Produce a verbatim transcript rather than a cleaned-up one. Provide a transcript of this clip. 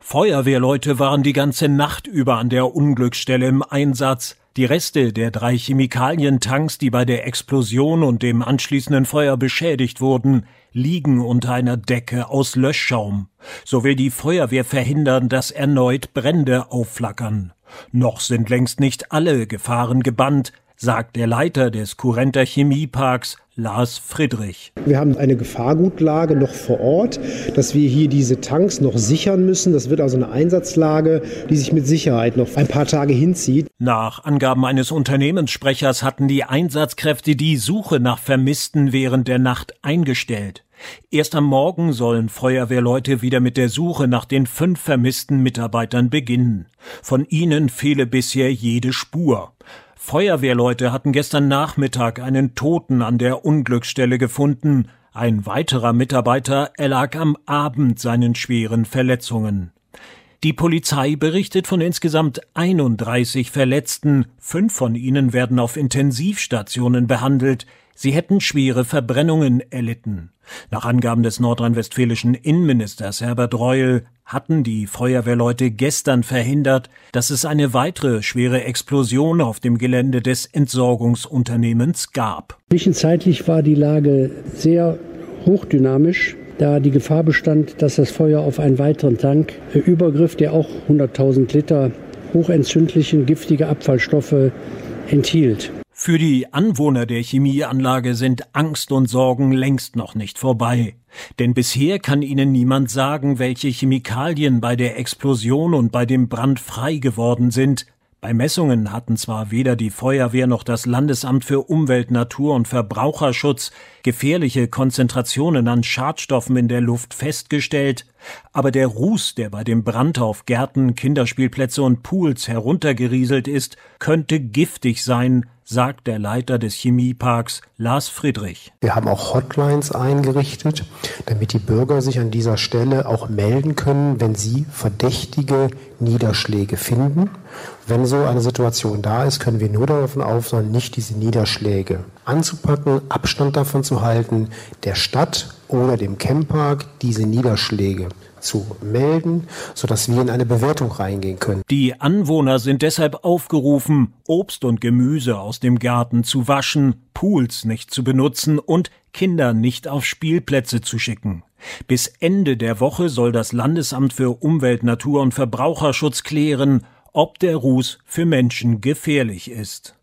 Feuerwehrleute waren die ganze Nacht über an der Unglücksstelle im Einsatz. Die Reste der drei Chemikalientanks, die bei der Explosion und dem anschließenden Feuer beschädigt wurden, liegen unter einer Decke aus Löschschaum. So will die Feuerwehr verhindern, dass erneut Brände aufflackern. Noch sind längst nicht alle Gefahren gebannt, sagt der Leiter des Currenta Chemieparks, Lars Friedrich. Wir haben eine Gefahrgutlage noch vor Ort, dass wir hier diese Tanks noch sichern müssen. Das wird also eine Einsatzlage, die sich mit Sicherheit noch ein paar Tage hinzieht. Nach Angaben eines Unternehmenssprechers hatten die Einsatzkräfte die Suche nach Vermissten während der Nacht eingestellt. Erst am Morgen sollen Feuerwehrleute wieder mit der Suche nach den fünf vermissten Mitarbeitern beginnen. Von ihnen fehle bisher jede Spur. Feuerwehrleute hatten gestern Nachmittag einen Toten an der Unglücksstelle gefunden. Ein weiterer Mitarbeiter erlag am Abend seinen schweren Verletzungen. Die Polizei berichtet von insgesamt einunddreißig Verletzten. Fünf von ihnen werden auf Intensivstationen behandelt. Sie hätten schwere Verbrennungen erlitten. Nach Angaben des nordrhein-westfälischen Innenministers Herbert Reul hatten die Feuerwehrleute gestern verhindert, dass es eine weitere schwere Explosion auf dem Gelände des Entsorgungsunternehmens gab. Zwischenzeitlich war die Lage sehr hochdynamisch, da die Gefahr bestand, dass das Feuer auf einen weiteren Tank übergriff, der auch hunderttausend Liter hochentzündlichen, giftige Abfallstoffe enthielt. Für die Anwohner der Chemieanlage sind Angst und Sorgen längst noch nicht vorbei. Denn bisher kann ihnen niemand sagen, welche Chemikalien bei der Explosion und bei dem Brand frei geworden sind. Bei Messungen hatten zwar weder die Feuerwehr noch das Landesamt für Umwelt, Natur und Verbraucherschutz gefährliche Konzentrationen an Schadstoffen in der Luft festgestellt, aber der Ruß, der bei dem Brand auf Gärten, Kinderspielplätze und Pools heruntergerieselt ist, könnte giftig sein, sagt der Leiter des Chemieparks, Lars Friedrich. Wir haben auch Hotlines eingerichtet, damit die Bürger sich an dieser Stelle auch melden können, wenn sie verdächtige Niederschläge finden. Wenn so eine Situation da ist, können wir nur davon aufhören, nicht diese Niederschläge anzupacken, Abstand davon zu halten, der Stadt oder dem Chempark diese Niederschläge zu melden, sodass wir in eine Bewertung reingehen können. Die Anwohner sind deshalb aufgerufen, Obst und Gemüse aus dem Garten zu waschen, Pools nicht zu benutzen und Kinder nicht auf Spielplätze zu schicken. Bis Ende der Woche soll das Landesamt für Umwelt, Natur und Verbraucherschutz klären, ob der Ruß für Menschen gefährlich ist.